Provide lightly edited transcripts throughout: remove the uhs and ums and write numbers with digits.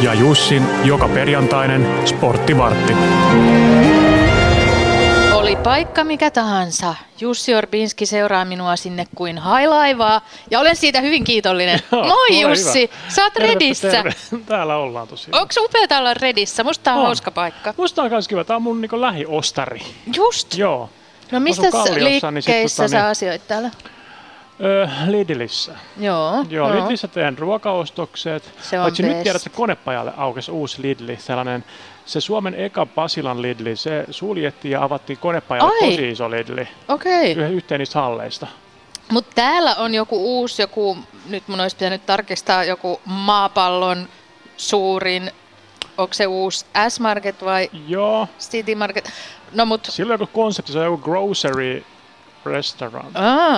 ja Jussin joka perjantainen sporttivartti. Oli paikka mikä tahansa. Jussi Orbinski seuraa minua sinne kuin hailaivaa ja olen siitä hyvin kiitollinen. Moi Jussi, sä oot Redissä. Terve. Täällä ollaan tosiaan. Onko upeata olla Redissä? Musta tää on hauska paikka. Musta on kans kiva. Tää on mun niinku lähiostari. Just? Joo. No mistä liikkeissä sä asioit täällä? Lidlissä. Joo. Lidlissä teen ruokaostokset. Paitsi nyt tiedät, että Konepajalle aukesi uusi Lidli, sellainen, se Suomen eka Pasilan Lidli, se suljettiin ja avattiin Konepajalle tosi iso Lidli. Okei. Yhteen niistä halleista. Mutta täällä on joku, nyt mun olisi pitänyt tarkistaa, joku maapallon suurin, onko se uusi S-Market vai City Market? No, sillä on joku konsepti, se on joku grocery restaurant.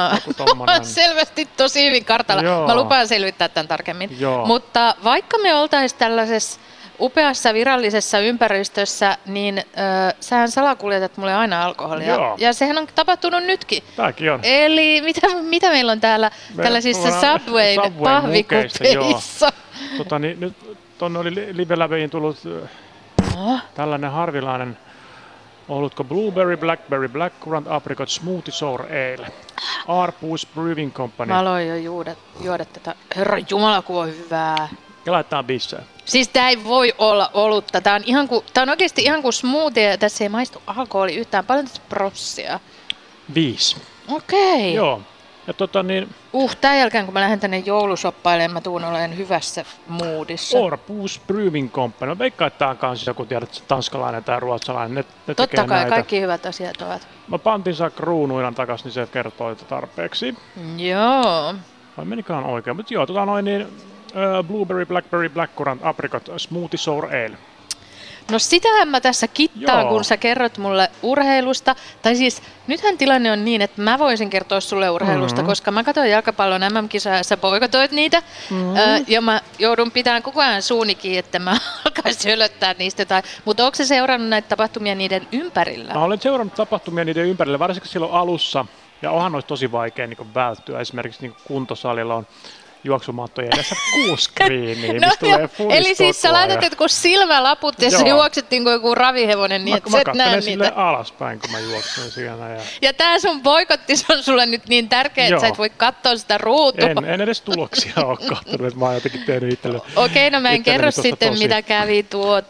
Selvästi tosi hyvin kartalla. Joo. Mä lupaan selvittää tämän tarkemmin. Joo. Mutta vaikka me oltaisiin tällaisessa upeassa virallisessa ympäristössä, niin sähän salakuljetat mulle aina alkoholia. Joo. Ja sehän on tapahtunut nytkin. Tääkin on. Eli mitä meillä on täällä tällaisissa Subwayn pahvikupeissa? Niin, nyt tuonne oli Live-läveihin tullut tällainen harvinainen olutko Blueberry, Blackberry, Blackcurrant, Apricot, Smoothie Sour Ale. Arpus Brewing Company. Mä aloin jo juoda tätä. Herra Jumala, kun on hyvää. Ja laittaa bisseen. Siis tää ei voi olla olutta. Tää on oikeesti ihan kuin smoothie ja tässä ei maistu alkoholi yhtään. Paljon tässä prossia? 5. Okei. Joo. Ja tämän jälkeen kun mä lähden tänne joulusoppailemaan, mä tuun olen hyvässä moodissa. Arpus Brewing Company. Mä veikkaan, että tää on kans joku, tiedät, tanskalainen tai ruotsalainen. Ne totta kai, näitä. kaikki hyvät asiat ovat. Mä pantin saa kruunuinan takas, niin se kertoo tarpeeksi. Joo. Vai menikään oikein? Mutta joo, Blueberry, Blackberry, Blackcurrant, Apricot, Smoothie Sour Ale. No sitähän mä tässä kittaan, kun sä kerrot mulle urheilusta. Tai siis nythän tilanne on niin, että mä voisin kertoa sulle urheilusta, koska mä katsoin jalkapallon MM-kisaa ja sä boikotoit niitä. Ja mä joudun pitämään koko ajan suunikin, että mä alkaisin hölöttää niistä. Mutta ootko sä seurannut näitä tapahtumia niiden ympärillä? Mä olen seurannut tapahtumia niiden ympärillä, varsinkin silloin alussa. Ja onhan olisi tosi vaikea niin välttyä. Esimerkiksi niin kuntosalilla on juoksumattojen edessä 6 screeniä, mistä tulee fulliskotua. Eli siis sä laitat jotkut silmälaput ja sä juokset niin kuin joku ravihevonen niin, että sä et näe niitä. Mä katselen alaspäin, kun mä juoksen siinä. Ja tää sun boikotti on sulle nyt niin tärkeä, että sä et voi katsoa sitä ruutua. En edes tuloksia ole katsonut, että mä oon jotenkin tehnyt itselle. Okei, no mä en kerro sitten, mitä kävi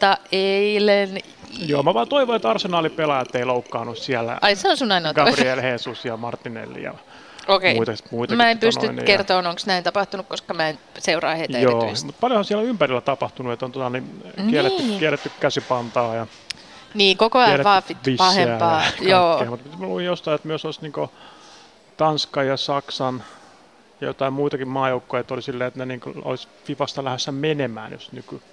eilen. Joo, mä vaan toivon, että Arsenal-pelaajat ei loukkaannut siellä. Ai, se on sun ainoa Gabriel Jesus ja Martinelli ja muitakin. Mä en pysty kertomaan, onko näin tapahtunut, koska mä en seuraa heitä erityisesti. Mutta paljonhan siellä ympärillä tapahtunut, että on kielletty käsipantaa ja koko ajan vaan pahempaa. Joo. Mutta mä luin jostain, että myös olisi niinku Tanskan ja Saksan ja jotain muitakin maajoukkoja, oli silleen, että ne olisi Fifasta lähdössä menemään, jos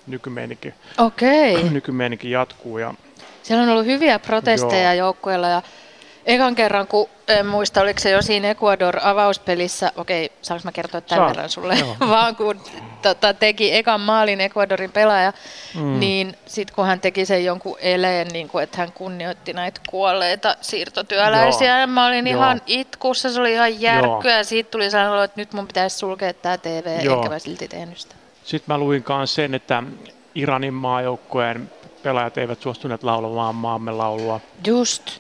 nykymeininki jatkuu. Ja siellä on ollut hyviä protesteja joukkueilla ja ekan kerran, kun en muista, oliko se jo siinä Ecuador-avauspelissä, saanko mä kertoa tämän verran sulle, vaan kun teki ekan maalin Ecuadorin pelaaja, niin sitten kun hän teki sen jonkun eleen, niin kun, että hän kunnioitti näitä kuolleita siirtotyöläisiä, ja mä olin ihan itkussa, se oli ihan järkkyä, ja siitä tuli sanoa, että nyt mun pitäisi sulkea tämä TV, eikä mä silti tehnyt sitä. Sitten mä luin myös sen, että Iranin maajoukkueen pelaajat eivät suostuneet laulamaan maamme laulua. Just.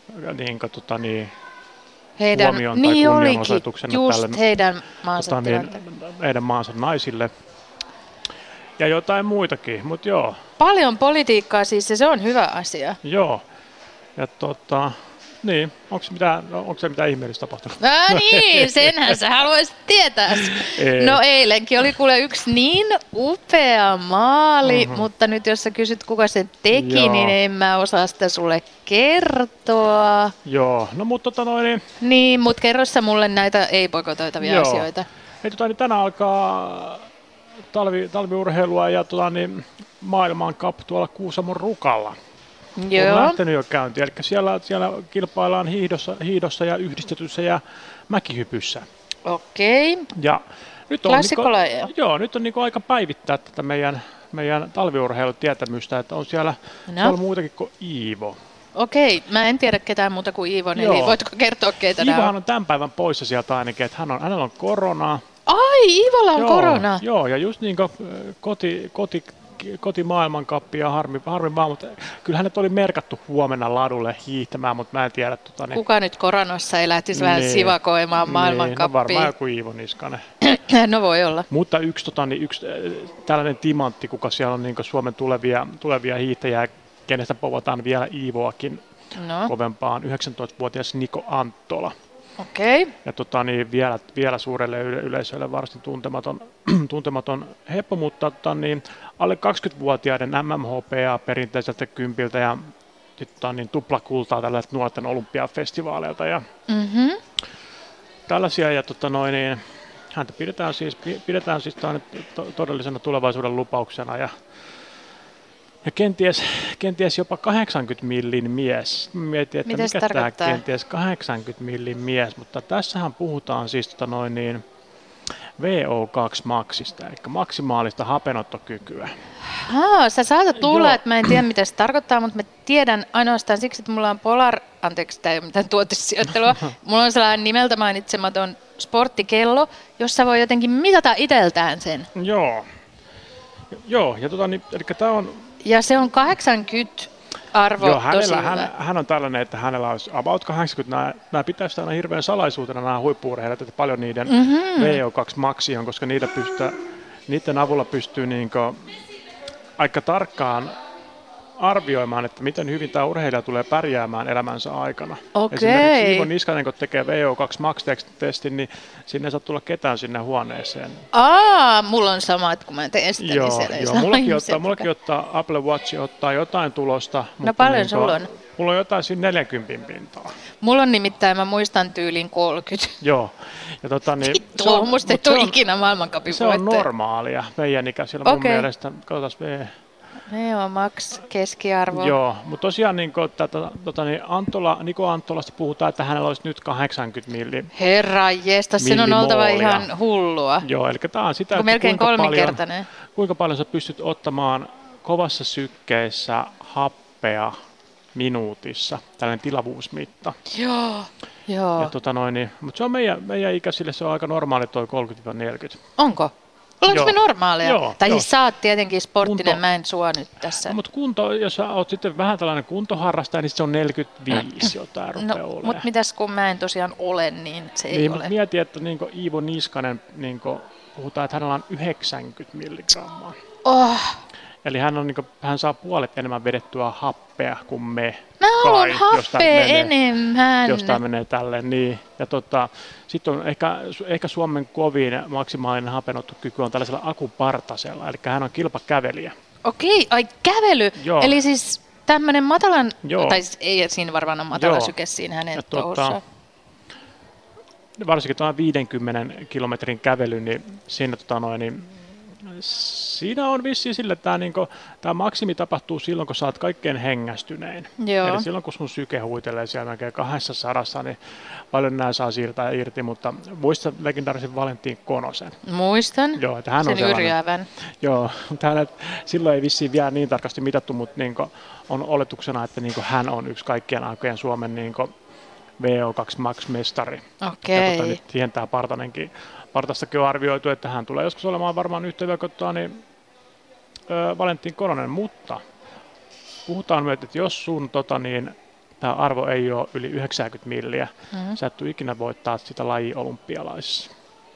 Heidän kunnianosoituksena heidän maansa heidän maansa naisille. Ja jotain muitakin, mutta joo. Paljon politiikkaa siis, ja se on hyvä asia. Joo. Ja niin, onko se mitään ihmeellistä tapahtunut? Senhän sä haluaisit tietää. No eilenkin oli kuule yksi niin upea maali, mutta nyt jos sä kysyt kuka sen teki, niin en mä osaa sitä sulle kertoa. Joo, no mutta Niin, mutta kerro sä mulle näitä ei-boikotoitavia asioita. Niin tänään alkaa talviurheilua ja maailman cup tuolla Kuusamon Rukalla. Joo. On lähtenyt jo käyntiin, eli siellä kilpaillaan hiihdossa ja yhdistetyssä ja mäkihypyssä. Okei. Ja nyt on nyt on aika päivittää tätä meidän talviurheilutietämystä, että on siellä muutakin kuin Iivo. Okei, mä en tiedä ketään muuta kuin Iivon, eli voitko kertoa keitä nämä on? Iivohan on tämän päivän poissa sieltä ainakin, että hänellä on koronaa. Ai, Iivolla on korona? Joo, ja just niin kuin kotimaailmankappia, harmi vaan, mutta kyllä hänet oli merkattu huomenna ladulle hiihtämään, mutta mä en tiedä. Kuka nyt koronassa ei lähtisi vähän sivakoimaan maailmankappia? No varmaan joku Iivo Niskanen. No voi olla. Mutta yksi tällainen timantti, kuka siellä on niin Suomen tulevia hiihtäjää, kenestä povataan vielä Iivoakin kovempaan, 19-vuotias Niko Anttola. Okei. Ja vielä suurelle yleisölle varsin tuntematon heppo, mutta alle 20-vuotiaiden MMHPA perinteiseltä kympiltä ja tuplakultaa tällaiset nuorten olympiafestivaaleilta ja tällaisia. Ja häntä pidetään siis todellisena tulevaisuuden lupauksena ja kenties jopa 80 millin mies. Mietin, että mitäs mikä tämä tarkoittaa? kenties 80 millin mies, mutta tässähän puhutaan siis VO2 Maxista, eli maksimaalista hapenottokykyä. Sä saatat luulla, että mä en tiedä mitä se tarkoittaa, mutta mä tiedän ainoastaan siksi, että mulla on anteeksi, tämä ei ole mitään tuotesijoittelua, mulla on sellainen nimeltä mainitsematon sporttikello, jossa voi jotenkin mitata itseltään sen. Joo, ja eli tämä on... Ja se on 80 arvo. Joo, hän on tällainen, että hänellä olisi about 80. Nämä pitäisi aina hirveän salaisuutena nämä huippu-urheilijat, että paljon niiden VO2 Maxi on, koska niiden avulla pystyy aika tarkkaan arvioimaan, että miten hyvin tämä urheilija tulee pärjäämään elämänsä aikana. Okei. Esimerkiksi Iivo Niskanen, kun tekee VO2 Max-testin, niin sinne ei saa tulla ketään sinne huoneeseen. Mulla on sama, että kun mä teen sitä, niin siellä ei saa mullakin ottaa Apple Watch ottaa jotain tulosta. No paljon sulla on? Mulla on jotain siinä 40 pintaa. Mulla on nimittäin, mä muistan tyylin 30. Joo. Ja Vittu, musta ei tule ikinä maailmancupin voittaja. Se on normaalia meidän ikäisillä mun mielestä. Katsotaan VO Max keskiarvo. Joo, mutta tosiaan Niko Anttolasta puhutaan, että hänellä olisi nyt 80 Herra jestas, sen on oltava ihan hullua. Joo, eli tämä on sitä, että melkein kolminkertainen. Kuinka paljon sä pystyt ottamaan kovassa sykkeessä happea minuutissa, tällainen tilavuusmitta. Joo. Mutta se on meidän ikäisille se on aika normaali toi 30-40. Onko? Ollaanko me normaaleja? Joo, siis sä oot tietenkin sporttinen, mä en sua nyt tässä. No, mutta jos sä oot sitten vähän tällainen kuntoharrastaja, niin se on 45 jotain rupeaa olemaan. Mutta mitäs kun mä en tosiaan ole, niin se ei ole. Mieti, että Iivo Niskanen, puhutaan, että hänellä on 90 milligrammaa. Eli hän saa puolet enemmän vedettyä happea kuin me. Mä haluan happea enemmän. Jos tämä menee tälleen, niin. Ja sitten on ehkä Suomen kovin maksimaalinen hapenottokyky on tällaisella akupartasella, eli hän on kilpakävelijä. Okei, kävely. Joo. Eli siis tämmöinen matalan, tai siis ei siinä varmaan ole matala syke siinä hänen touhussa. Varsinkin tuon 50 kilometrin kävely, niin siinä siinä on vissiin sille, että tämä maksimi tapahtuu silloin, kun sä oot kaikkein hengästynein. Joo. Eli silloin, kun sun syke huitelee siellä melkein 200, niin paljon nämä saa siirtää irti, mutta muistat legendaarisen Valentin Konosen? Muistan, joo, että hän sen on yrjäävän. Joo, mutta silloin ei vissiin vielä niin tarkasti mitattu, mutta on oletuksena, että hän on yksi kaikkien aikojen Suomen VO2 Max-mestari. Okei. Ja nyt siihen tämä Partastakin on arvioitu, että hän tulee joskus olemaan varmaan yhtä hyvä kuin Valentin Kononen, mutta puhutaan myös, että jos sun tämä arvo ei ole yli 90 milliä, sä et tule ikinä voittaa sitä lajia olympialaisissa.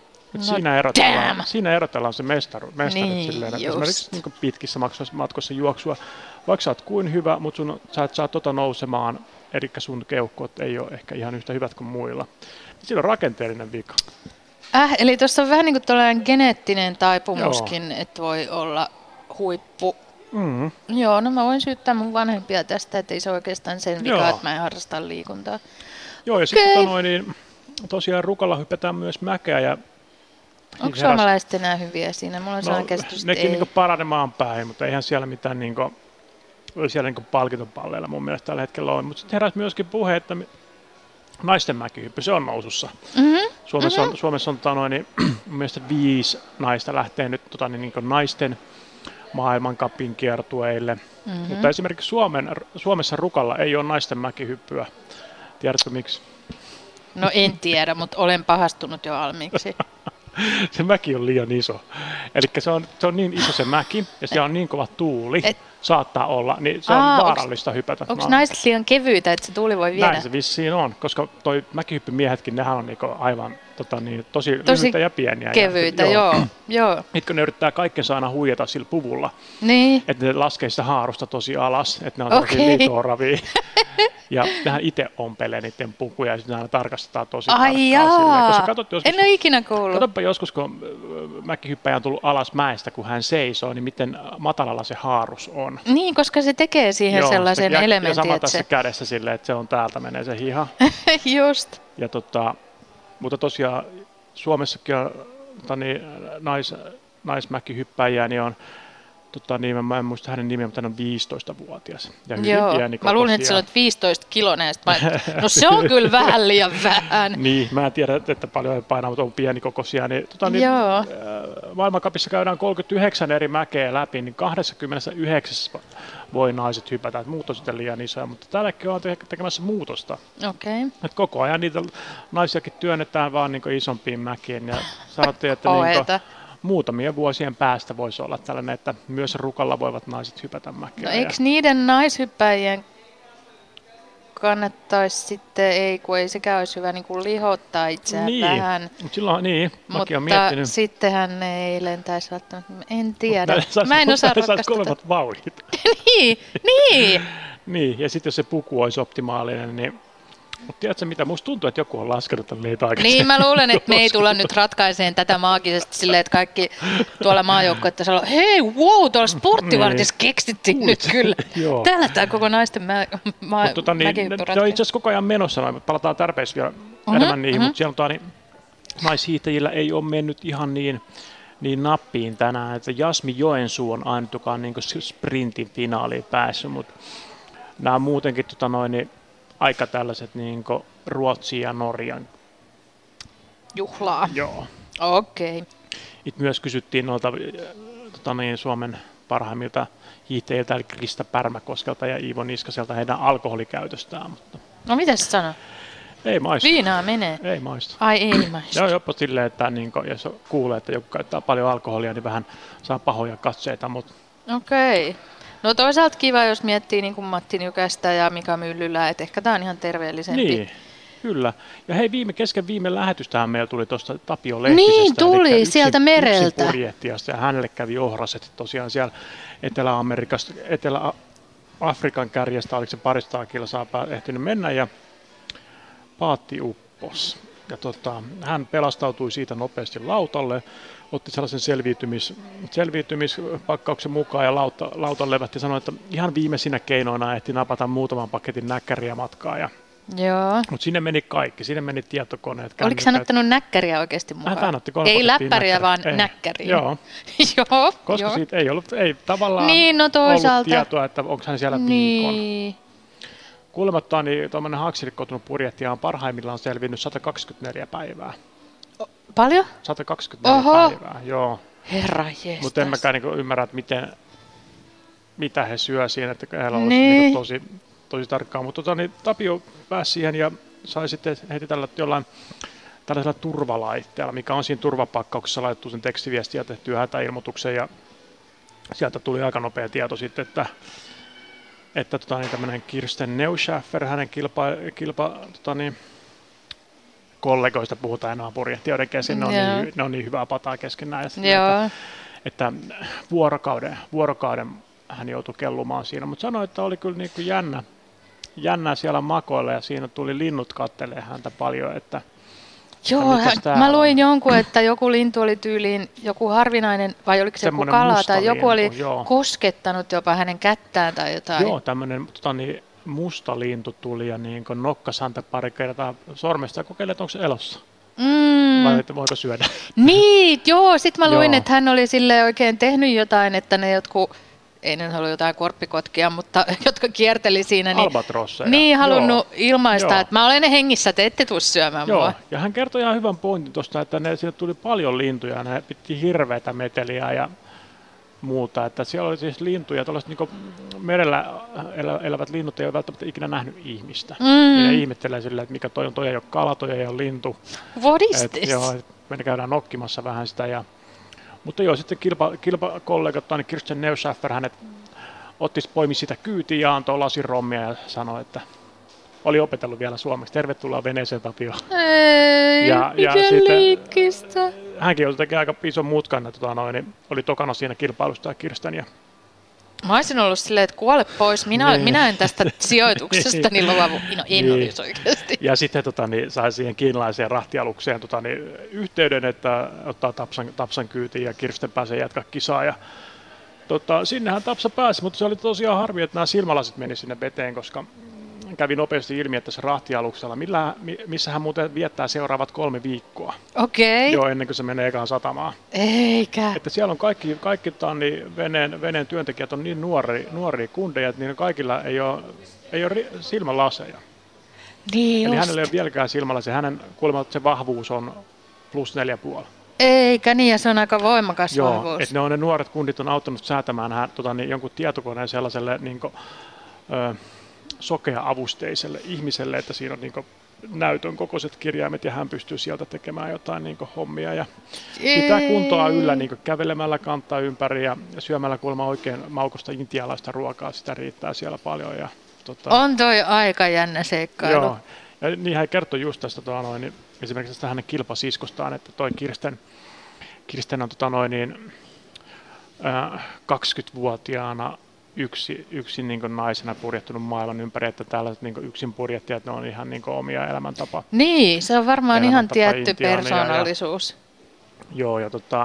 Siinä erotellaan se mestarit niin, silleen, että esimerkiksi pitkissä matkoissa juoksua, vaikka sä oot kuin hyvä, mutta sä et saa nousemaan, eli sun keuhkot ei ole ehkä ihan yhtä hyvät kuin muilla. Siinä on rakenteellinen vika. Eli tuossa on vähän niin kuin tällainen geneettinen taipumuskin, että voi olla huippu. Joo, no mä voin syyttää mun vanhempia tästä, että ei se oikeastaan sen vika, että mä en harrasta liikuntaa. Joo, ja sitten tosiaan Rukalla hypätään myös mäkeä. Ja onko suomalaiset enää hyviä siinä? Mulla on sellainen käsitys, että nekin paranemaan päin, mutta eihän siellä mitään siellä palkintopalleilla mun mielestä tällä hetkellä on. Mutta sitten heräsi myöskin puhe, että naisten mäkihyppy, se on nousussa. Suomessa on mun mielestä 5 naista lähtee nyt naisten maailmancupin kiertueille. Mutta esimerkiksi Suomessa Rukalla ei ole naisten mäkihyppyä. Tiedätkö miksi? No en tiedä, mutta olen pahastunut jo valmiiksi. Se mäki on liian iso. Eli se on niin iso se mäki, ja siellä on niin kova tuuli, saattaa olla, niin se on vaarallista hypätä. Onko naiset liian kevyitä, että se tuuli voi viedä? Näin se vissiin on, koska toi mäkihyppymiehetkin, nehän on niinku aivan tosi lyhyitä ja pieniä. Kevyitä, joo. Mitkä ne yrittää kaikkensa aina huijata sillä puvulla. Niin. Että ne laskee sitä haarusta tosi alas, että ne on tosi liito-oravia. Ja nehän itse ompelee niiden pukuja ja sitten ne aina tarkastetaan tosi tarkkaan. En ole ikinä kuullut. Katsoppa joskus, kun mäkihyppäjä on tullut alas mäestä, kun hän seisoo, niin miten matalalla se haarus on. Niin, koska se tekee siihen sellaisen elementin. Ja sama tässä kädessä silleen, että se on täältä menee se hiha. Just. Ja mutta tosiaan Suomessakin on naismäkihyppäjiä, niin on mä en muista hänen nimeä, mutta hän on 15-vuotias. Ja hyvin pieni kokoisia. Mä luulen, että sä olet 15 kiloinen, no se on kyllä vähän liian vähän. Niin, mä en tiedä, että paljon ei painaa, mutta on pienikokoisia. Niin, maailmancupissa käydään 39 eri mäkeä läpi, niin 29 voi naiset hypätä. Muut on sitten liian isoja, mutta täälläkin on tekemässä muutosta. Okay. Et koko ajan niitä naisiakin työnnetään vaan niin isompiin mäkiin. Ja sanottiin, että muutamien vuosien päästä voisi olla tällainen, että myös rukalla voivat naiset hypätä mäkeä. No eikö niiden naishyppäjien kannattaisi sitten, kun ei sekään olisi hyvä niin kuin lihottaa itseään vähän. Mäkin olen miettinyt. Mutta sittenhän ne ei lentäisi välttämättä, en tiedä. Mä en osaa ratkaista. Saisi kovemmat vauhdit. Niin, ja sitten jos se puku olisi optimaalinen, niin mutta tiedätkö mitä, musta tuntuu, että joku on laskenut tämän niitä aikaisemmin. Niin, mä luulen, että me ei tulla nyt ratkaiseen tätä maagisesti silleen, että kaikki tuolla maajoukkoetta sanoo, hei, wow, tuolla sporttivartissa keksittiin nyt kyllä. Täällä tämä koko naisten mäkihyppy ratkaisi. Itse asiassa koko ajan menossa, palataan tarpeeksi vielä enemmän niihin, mutta siellä on naishiihtäjillä ei ole mennyt ihan niin nappiin tänään, että Jasmi Joensuu on ainutukaan niin sprintin finaaliin päässyt, mutta nämä muutenkin aika tällaiset niin Ruotsin ja Norjan juhlaa. Joo. Okei. It myös kysyttiin noilta Suomen parhaimmilta hiihtäjiltä, eli Krista Pärmäkoskelta ja Iivo Niskaselta heidän alkoholikäytöstään. Mutta no mitä se sanoo? Ei maistu. Viinaa menee. Ei maistu. Ai ei maistu. Joo, jopa silleen, että jos kuulee, että joku käyttää paljon alkoholia, niin vähän saa pahoja katseita. Mutta okei. No toisaalta kiva, jos miettii niin kuin Matti Nykästä ja Mika Myllylää, että ehkä tämä on ihan terveellisempi. Niin, kyllä. Ja hei, kesken viime lähetystähän meillä tuli tuosta Tapio Lehtisestä. Niin tuli, sieltä mereltä. Purjehtiasta, ja hänelle kävi ohraset tosiaan siellä Etelä-Afrikan kärjestä, oliko se 200 kilsaa ehtinyt mennä, ja paatti uppos. Ja hän pelastautui siitä nopeasti lautalle, otti sellaisen selviytymispakkauksen mukaan ja lautan levätti ja sanoi, että ihan viimeisinä keinoina ehti napata muutaman paketin näkkäriä matkaa. Mutta sinne meni kaikki, sinne meni tietokoneet. Oliko hän ottanut näkkäriä oikeasti mukaan? Hän otti ei läppäriä, vaan näkkäriä. Joo. Koska siitä ei tavallaan ollut tietoa, että onko hän siellä viikon. Kuulemattaan niin tuommoinen haaksirikkoutunut purjehtija on parhaimmillaan selvinnyt 124 päivää. Paljon? 124 päivää, joo. Herra jestas. Mutta en mäkään ymmärrä, että mitä he syö siinä, että heillä on tosi tarkkaa. Mutta Tapio pääsi siihen ja sai sitten heti tällaisella turvalaitteella, mikä on siinä turvapakkauksessa laitettu sen tekstiviestiä ja tehty hätäilmoituksen. Ja sieltä tuli aika nopea tieto sitten, että tämmöinen Kirsten Neuschaffer, hänen kollegoista puhutaan enää purjehtijoiden kesken, ne on niin hyvää pataa keskenään. Että vuorokauden hän joutui kellumaan siinä, mutta sanoi, että oli kyllä niin kuin jännä siellä makoilla ja siinä tuli linnut kattelee häntä paljon. Mä luin jonkun, että joku lintu oli tyyliin joku harvinainen, vai oliko se joku kala, tai joku oli koskettanut jopa hänen kättään tai jotain. Joo, tämmöinen musta lintu tuli ja niin nokkasi häntä pari kertaa sormesta ja kokeili, että onko se elossa. Vai että voiko syödä. Niin, sit mä luin, että hän oli sille oikein tehnyt jotain, että ne jotkut, ei ne ollut jotain korppikotkia, mutta jotka kierteli siinä. Albatrosseja. Niin, halunnut ilmaista, että mä olen hengessä, te ette tule syömään mua. Ja hän kertoi ihan hyvän pointin tuosta, että sieltä tuli paljon lintuja, ne piti hirveätä meteliä ja muuta, että siellä oli siis lintuja, tällaiset niin merellä elävät linnut ei ole välttämättä ikinä nähnyt ihmistä. Ja ihmettelee silleen, että mikä toi on, toi ei ole kala, toi ei ole lintu. What is this? me käydään nokkimassa vähän sitä. Mutta joo, sitten kilpakollegat, niin Kirsten Neuschafer, hänet poimi sitä kyytiin ja antoi lasin rommia ja sanoi, että oli opetellut vielä suomeksi. Tervetuloa veneeseen, Tapio. Ei, mikä liikkistä. Hänkin joutui tekemään aika ison mutkan, niin oli tokana siinä kilpailusta ja Kirsten. Ja mä olisin ollut silleen, että kuole pois, minä en tästä sijoituksesta niin luovu. No en olisi oikeasti. Ja sitten sai siihen kiinalaiseen rahtialukseen yhteyden, että ottaa Tapsan kyytiin ja Kirsten pääsee jatkaa kisaa. Ja, sinnehän Tapsa pääsi, mutta se oli tosiaan harmi, että nämä silmälasit meni sinne veteen, koska kävi nopeasti ilmi, että se rahtialuksella, missä hän muuten viettää seuraavat 3 viikkoa. Okei. Joo, ennen kuin se menee ekaan satamaan. Eikä. Että siellä on kaikki niin veneen työntekijät on niin nuoria kundeja, että niillä kaikilla ei ole silmälaseja. Niin eli hänellä ei ole vieläkään silmälaseja. Hänen kuulemma se vahvuus on +4,5. Eikä niin, ja se on aika voimakas vahvuus. Joo, että ne nuoret kundit on auttanut säätämään jonkun tietokoneen sellaiselle sokea-avusteiselle ihmiselle, että siinä on näytön kokoiset kirjaimet ja hän pystyy sieltä tekemään jotain hommia ja pitää kuntoa yllä kävelemällä kantaa ympäri ja syömällä kuulemma oikein maukosta intialaista ruokaa, sitä riittää siellä paljon. Ja, on toi aika jännä seikkailu. Joo, ja niin hän kertoi just tästä esimerkiksi tästä hänen kilpasiskostaan, että toi Kirsten on 20-vuotiaana yksin naisena purjehtunut maailman ympäri, että tällaiset yksin purjehtijat, ne on ihan omia elämäntapa. Niin, se on varmaan ihan tietty persoonallisuus. Joo,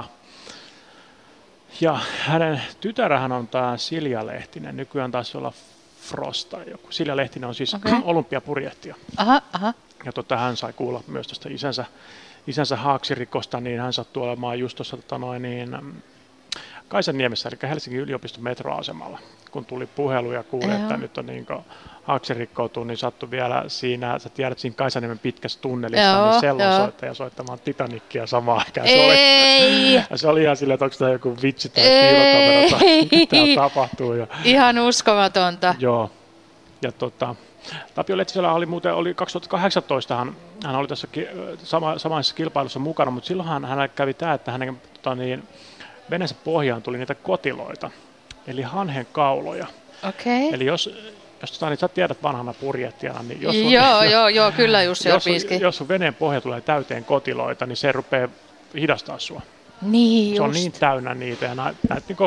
ja hänen tytärhän on tämä Silja Lehtinen, nykyään taisi olla Frost tai joku. Silja Lehtinen on siis olympiapurjehtija. Aha. Ja hän sai kuulla myös tästä isänsä haaksirikosta, niin hän sattui olemaan just tuossa Kaisaniemessä, eli Helsingin yliopiston metroasemalla. Kun tuli puhelu ja kuuli, että nyt on haaksi rikkoutuu, niin sattui vielä siinä, sä tiedät, siinä Kaisaniemen pitkässä tunnelissa, niin sellonsoittaja soittamaan Titanickia samaan aikaan. Se oli ihan silleen, että onko tämä joku vitsi tai piilokamera tai mitä täällä tapahtuu. Ihan uskomatonta. Joo. Ja Tapio Lehtisellä oli 2018, hän oli tässä samassa kilpailussa mukana, mutta silloinhan hänellä kävi tämä, että hänen veneensä pohjaan tuli niitä kotiloita, eli hanhen kauloja. Okei. Eli jos niin sä tiedät vanhana purjehtijana, niin joo, kyllä just jos sun veneen pohja tulee täyteen kotiloita, niin se rupeaa hidastaa sua. Niin se on niin täynnä niitä ja näitä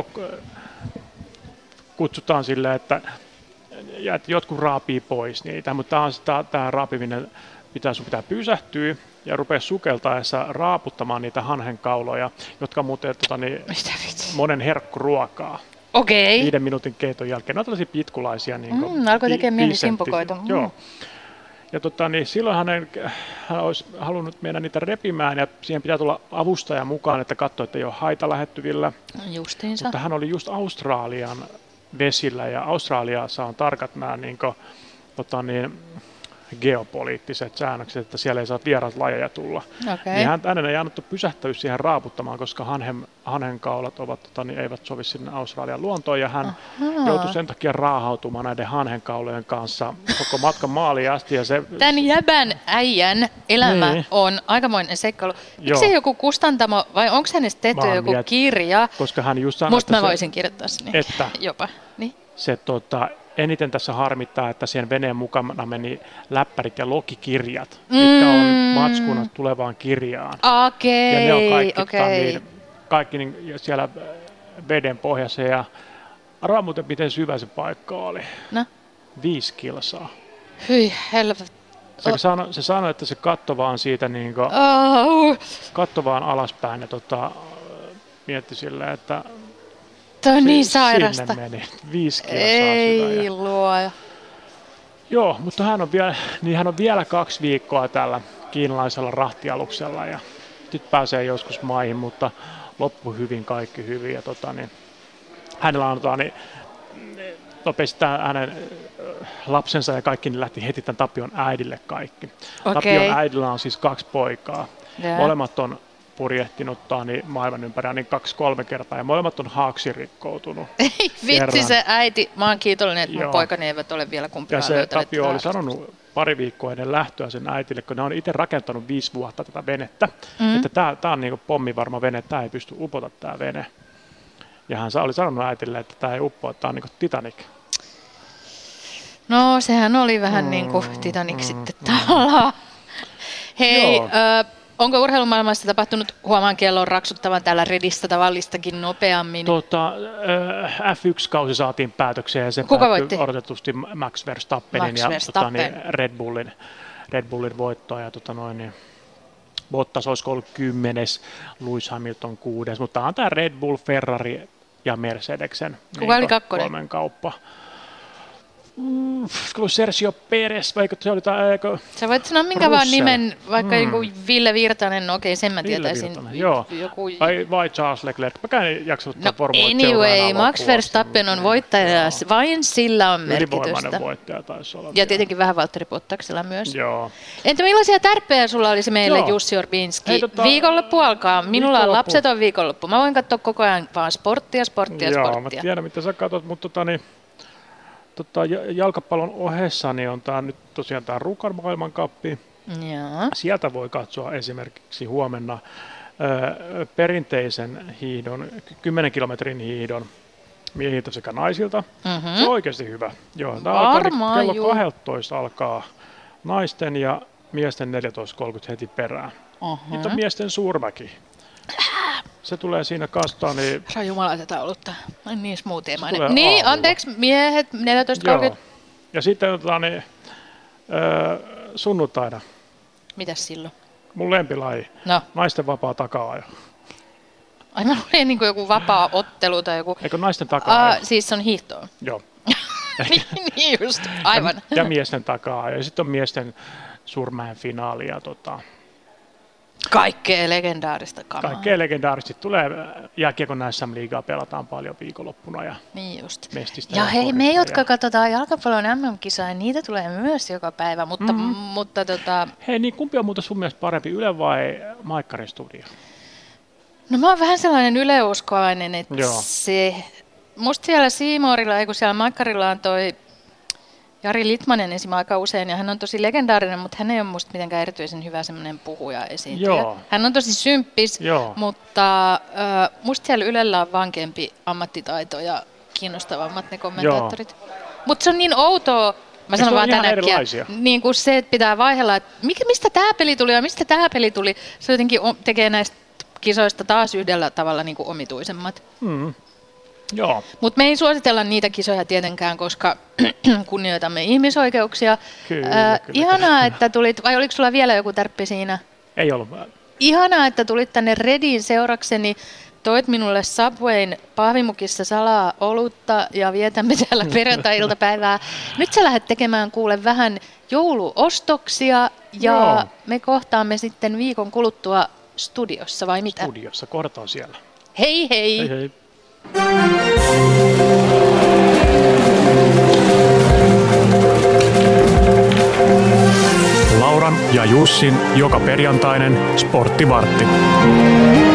kutsutaan silleen, että jotkut raapii pois niitä, mutta tämä raapiminen sun pitää pysähtyä ja rupea sukeltaessa raaputtamaan niitä hanhenkauloja, jotka muuten monen herkkuruokaa. Okei. 5 minuutin keiton jälkeen. Ne on tällaisia pitkulaisia. Alkoi tekemään mieli simpukoita. Joo. Ja silloin hän olisi halunnut mennä niitä repimään ja siihen pitää tulla avustaja mukaan, että katsoo, että ei ole haita lähettyvillä. Justiinsa. Mutta hän oli just Australian vesillä ja Australiassa on tarkat nämä geopoliittiset säännökset, että siellä ei saa vieraat lajeja tulla. Okay. Niin hänen ei annettu pysähtyä siihen raaputtamaan, koska hanhenkaulat eivät sovi sinne Australian luontoon, ja hän joutui sen takia raahautumaan näiden hanhenkaulojen kanssa koko matkan maaliin asti. Tämän jäbän äijän elämä on aikamoinen seikkailu. Eikö se joku kustantamo, vai onko hänestä tehty joku kirja? Koska hän just sanoi, musta mä voisin kirjoittaa sen. Että jopa. Niin. Se eniten tässä harmittaa, että siihen veneen mukana meni läppärit ja logikirjat, mitkä on matskuna tulevaan kirjaan. Okei. Ja ne on kaikki siellä veden pohjassa. Ja arvaa muuten, miten syvä se paikka oli. No? 5 kilsaa. Hyi helvetti. Se sanoi, että se katto vaan siitä katto vaan alaspäin ja mietti silleen, että tämä on niin sairasta. Sinne meni 5 kilsaa ei syvä. luoja. Joo, mutta hän on vielä 2 viikkoa tällä kiinalaisella rahtialuksella ja nyt pääsee joskus maihin, mutta loppu hyvin, kaikki hyvin. Ja hänellä on nopeasti hänen lapsensa ja kaikki niin lähti heti tämän Tapion äidille kaikki. Okay. Tapion äidillä on siis 2 poikaa. Yeah. Molemmat on purjehtinut maailman ympäri 2-3 kertaa ja molemmat on haaksi rikkoutunut. Ei vitsi se äiti, mä oon kiitollinen, että mun poikani eivät ole vielä kumpikaan löytäneet. Ja se Tapio oli sanonut pari viikkoa ennen lähtöä sen äitille, kun ne on itse rakentanut 5 vuotta tätä venettä, että tämä on niinku pommivarma vene, tämä ei pysty upota tämä vene. Ja hän oli sanonut äitille, että tämä ei uppoa, tämä on niinku Titanic. No, sehän oli vähän niin kuin Titanic sitten tavallaan. Hei, onko urheilumaailmassa tapahtunut, huomaan kellon raksuttavan täällä Redissä tavallistakin nopeammin? F1-kausi saatiin päätökseen ja se Kuka voitti? odotetusti Max Verstappenin ja Red Bullin voittoa. Ja Bottas olisi ollut 10, Lewis Hamilton 6, mutta tämä on tämä Red Bull, Ferrari ja Mercedesen. Kuka oli kakkonen? 3 kauppa. Sergio Perez, vaikka se oli sä voit sanoa minkä vaan nimen, vaikka joku Ville Virtanen, no okei, sen mä tietäisin. Joo. Vai Charles Leclerc, mä en jaksa ottaa Formula anyway, Max Verstappen on voittaja, vain sillä on merkitystä. Ylivoimainen voittaja taisi olla. Ja tietenkin vähän Valtteri Bottaksella myös. Joo. Entä millaisia tärppejä sulla olisi meille, Jussi Orbinski? Viikonloppu alkaa, minulla on lapseton viikonloppu. Mä voin katsoa koko ajan vaan sporttia. Joo, mä tiedän mitä sä katsot, mutta jalkapallon ohessa niin on tämä nyt tosiaan tämä Rukan maailmankappi. Sieltä voi katsoa esimerkiksi huomenna perinteisen hiihdon, 10 kilometrin hiihdon miehiltä sekä naisilta. Se on oikeasti hyvä. Joo, kello 12 alkaa naisten ja miesten 14.30 heti perään. Nyt on miesten suurmäki. Se tulee siinä kastaan. Niin Herra Jumala, tätä olutta. Niin smoothie-mainen. Niin, anteeksi, miehet 14.30. Ja sitten sunnuntaina. Mitäs silloin? Mun lempilaji. No. Naisten vapaa taka-ajo. Ai mä luulen niin kuin joku vapaa ottelu tai joku. Eikö naisten taka-ajo? Siis on hiihtoa. Joo. Niin just, aivan. Ja miesten taka-ajo. Ja sitten on miesten Suurmäen finaali. Ja kaikkea legendaarista kamaa. Kaikkea legendaarista. Tulee jääkiekon SM-liigaa, pelataan paljon viikonloppuna. Ja niin just. Ja hei, me jotka katsotaan jalkapallon MM-kisaa, niitä tulee myös joka päivä, mutta Hei, niin kumpi on muuta sun mielestä parempi, Yle vai Maikkarin studio? No mä oon vähän sellainen yleuskovainen, että musta siellä C-Morella, ei kun siellä Maikkarilla on toi Jari Litmanen esimerkiksi aika usein, ja hän on tosi legendaarinen, mutta hän ei ole musta mitenkään erityisen hyvä semmoinen puhuja esiintyjä. Hän on tosi symppis, mutta musta siellä Ylellä on vankempi ammattitaito ja kiinnostavammat ne kommentaattorit. Mutta se on niin outoa, mä sanon vaan tänäkkiä, niin kuin se, että pitää vaihella, että mistä tämä peli tuli ja mistä tämä peli tuli. Se jotenkin tekee näistä kisoista taas yhdellä tavalla niin kuin omituisemmat. Mutta me ei suositella niitä kisoja tietenkään, koska kunnioitamme ihmisoikeuksia. Kyllä. Ihanaa, että tulit, vai oliko sulla vielä joku tärppi siinä? Ei ollut. Ihanaa, että tulit tänne Redin seurakseni. Toit minulle Subwayn pahvimukissa salaa olutta ja vietämme täällä perjantai-iltapäivää. Nyt sä lähdet tekemään kuule vähän jouluostoksia ja me kohtaamme sitten viikon kuluttua studiossa vai mitä? Studiossa, kohdataan siellä. Hei hei! Hei hei! Lauran ja Jussin joka perjantainen sporttivartti.